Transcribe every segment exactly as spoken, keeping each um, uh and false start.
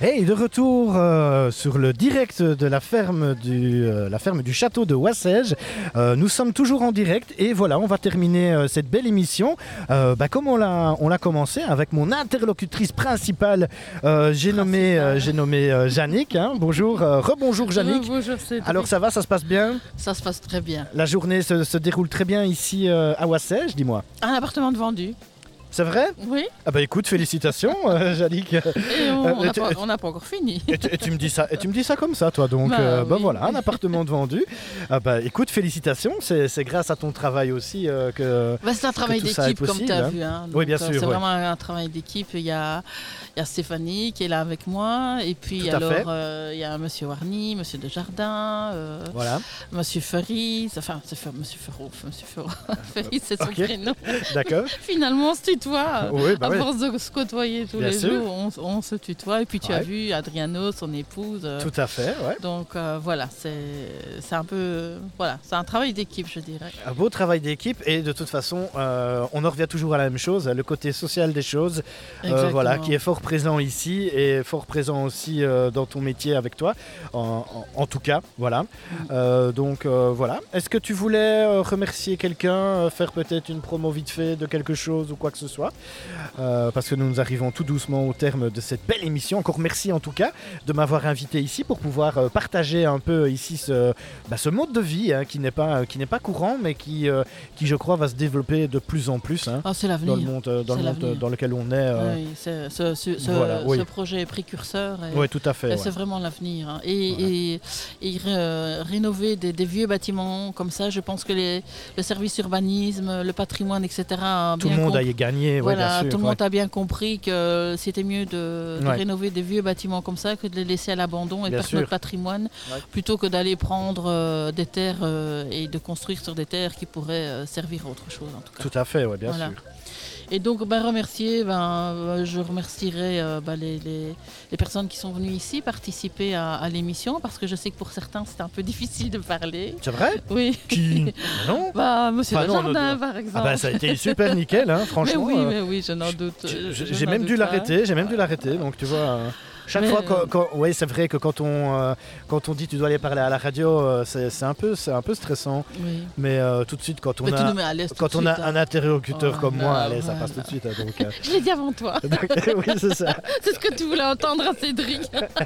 Hey, de retour euh, sur le direct de la ferme du, euh, la ferme du château de Wassèges. Euh, nous sommes toujours en direct et voilà, on va terminer euh, cette belle émission. Euh, bah, comme on l'a, on l'a commencé avec mon interlocutrice principale, euh, j'ai nommé, euh, j'ai nommé euh, Yannick. Hein. Bonjour, euh, rebonjour Yannick. Bonjour, Cédric. Alors ça va, ça se passe bien? Ça se passe très bien. La journée se, se déroule très bien ici euh, à Wassèges, dis-moi. Un appartement de vendu. C'est vrai? Oui. Ah bah écoute, félicitations, euh, Yannick. Et on Euh, n'a tu- pas, on n'a pas encore fini. Et tu, et tu me dis ça, et tu me dis ça comme ça, toi. Donc, Bah, euh, bah oui. voilà, un appartement de vendu. Ah bah écoute, félicitations. C'est, c'est grâce à ton travail aussi euh, que. Bah, c'est un travail tout ça est d'équipe, comme possible, tu as hein. vu. Hein. Oui, bien Donc, sûr, C'est ouais. vraiment un travail d'équipe. Il y a, il y a Stéphanie qui est là avec moi. Et puis Tout à alors, fait. euh, il y a Monsieur Warny, Monsieur Desjardins, euh, Voilà. Monsieur Ferry. Enfin, c'est Fer- Monsieur Ferro. Monsieur Ferro. Ferry, c'est son Ok. prénom. D'accord. Finalement, on se tutoie. Oui, bah à ouais. force de se côtoyer tous Bien les sûr. jours, on, on se tutoie. Et puis tu Ouais. as vu Adriano, son épouse. euh, Tout à fait, ouais. Donc euh, voilà, c'est, c'est un peu, voilà, c'est un travail d'équipe, je dirais. Un beau travail d'équipe et de toute façon, euh, on en revient toujours à la même chose, le côté social des choses, euh, Exactement. voilà, qui est fort présent ici et fort présent aussi euh, dans ton métier avec toi, en, en- en tout cas, voilà. Euh, donc euh, voilà. Est-ce que tu voulais euh, remercier quelqu'un, euh, faire peut-être une promo vite fait de quelque chose ou quoi que ce soit, Euh, parce que nous nous arrivons tout doucement au terme de cette belle émission. Encore merci en tout cas de m'avoir invité ici pour pouvoir euh, partager un peu ici ce, bah, ce mode de vie hein, qui n'est pas qui n'est pas courant, mais qui euh, qui je crois va se développer de plus en plus hein, Ah, c'est dans le l'avenir. monde euh, dans C'est le monde l'avenir. euh, dans lequel on est. euh, Oui, c'est- ce, ce- ce- voilà, oui. ce projet est précurseur. Et, Oui, tout à fait. et ouais. c'est vraiment l'avenir. hein. Et, Voilà. et- et ré- rénover des, des vieux bâtiments comme ça, je pense que les, le service urbanisme, le patrimoine, et cetera. a Tout le bien monde comp- a y gagné, ouais, Voilà, bien sûr. tout le ouais. monde a bien compris que c'était mieux de, de Ouais. rénover des vieux bâtiments comme ça que de les laisser à l'abandon et Bien perdre sûr. notre patrimoine, Ouais. plutôt que d'aller prendre euh, des terres euh, et de construire sur des terres qui pourraient euh, servir à autre chose en tout cas. Tout à fait, ouais, bien Voilà. sûr. Et donc ben, remercier, ben, euh, je remercierai euh, ben, les, les- les personnes qui sont venues ici participer à, à l'émission parce que je sais que pour certains c'était un peu difficile de parler. C'est vrai? Oui. Qui? Non? Bah, Monsieur Enfin, non, Desjardins non, par exemple. Ah bah ça a été super nickel, hein, mais franchement. oui, euh, mais oui, je n'en doute. j'ai- je- je J'ai n'en même doute dû pas. l'arrêter, j'ai même dû l'arrêter, donc tu vois. euh, Chaque Mais, fois, quand, euh, quand- ouais, c'est vrai que quand on, euh, quand on dit tu dois aller parler à la radio, euh, c'est c'est un peu, c'est un peu stressant. Oui. Mais euh, tout de suite, quand on Mais tu a, nous mets à l'aise tout quand de on a suite, un hein. interlocuteur comme moi, Voilà, allez, ça voilà. passe tout de suite. hein, donc, euh, Je l'ai dit avant toi. donc, oui, c'est ça. C'est ce que tu voulais entendre à Cédric.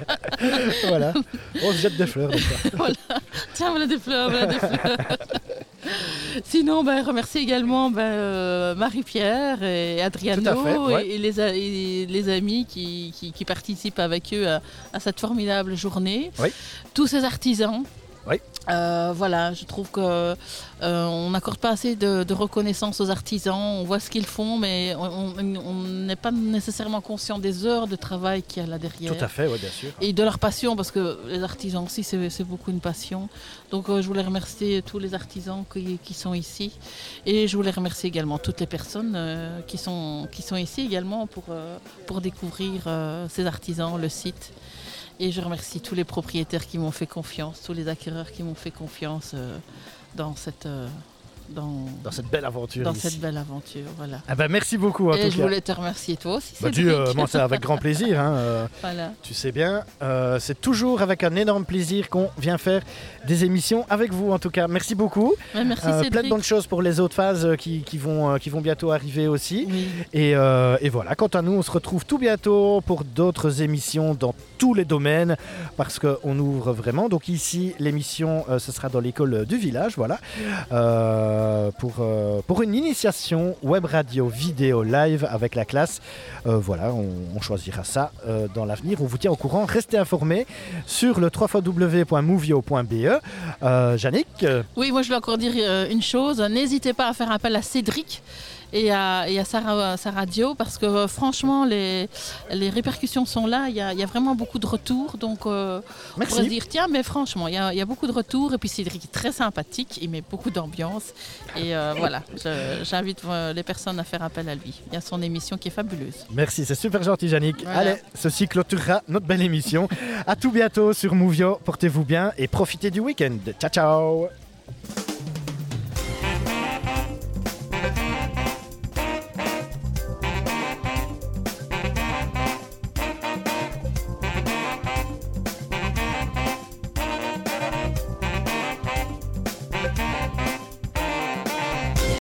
Voilà. On se jette des fleurs. des fois. Voilà. Tiens, voilà des fleurs, voilà des fleurs. Sinon, ben, remercier également ben, euh, Marie-Pierre et Adriano Tout à fait, ouais. et, et les, a- et les amis qui, qui- qui participent avec eux à, à cette formidable journée. Oui. Tous ces artisans. Oui. Euh, voilà, je trouve que euh, on n'accorde pas assez de, de reconnaissance aux artisans. On voit ce qu'ils font, mais on on- on n'est pas nécessairement conscient des heures de travail qu'il y a là derrière. Tout à fait, ouais, bien sûr. Et de leur passion, parce que les artisans aussi, c'est c'est beaucoup une passion. Donc euh, je voulais remercier tous les artisans qui, qui sont ici. Et je voulais remercier également toutes les personnes euh, qui, sont, qui sont ici également pour, euh, pour découvrir euh, ces artisans, le site. Et je remercie tous les propriétaires qui m'ont fait confiance, tous les acquéreurs qui m'ont fait confiance euh, dans cette... euh, dans, Dans cette belle aventure dans ici. cette belle aventure, voilà. Ah bah, merci beaucoup en Et tout je cas. voulais te remercier toi aussi, Bah, Cédric. tu, euh, moi, c'est avec grand plaisir. hein, euh, Voilà. Tu sais bien, euh, c'est toujours avec un énorme plaisir qu'on vient faire des émissions avec vous en tout cas. Merci beaucoup. Mais merci Euh, Cédric. plein de bonnes choses pour les autres phases euh, qui, qui vont, euh, qui vont bientôt arriver aussi. Oui. Et, euh, et voilà, quant à nous, on se retrouve tout bientôt pour d'autres émissions dans tous les domaines parce qu'on ouvre vraiment. Donc ici, l'émission, euh, ce sera dans l'école du village, voilà, euh, pour, euh, pour une initiation web radio vidéo live avec la classe. Euh, voilà, on, on choisira ça euh, dans l'avenir. On vous tient au courant. Restez informés sur le w w w point movio point b e. Euh, Yannick, euh, Oui, moi je vais encore dire euh, une chose. N'hésitez pas à faire appel à Cédric et à, et à sa, ra- sa radio parce que euh, franchement, les, les répercussions sont là. Il y a, il y a vraiment beaucoup de retours. Donc, euh, on pourrait se merci. dire, tiens, mais franchement, il y, a, il y a beaucoup de retours. Et puis Cédric est très sympathique. Il met beaucoup d'ambiance. Et euh, voilà, je- j'invite euh, les personnes à faire appel à lui. Il y a son émission qui est fabuleuse. Merci, c'est super gentil, Yannick. Voilà. Allez, ceci clôturera notre belle émission. À tout bientôt sur Movio. Portez-vous bien et profitez du week-end. Ciao, ciao.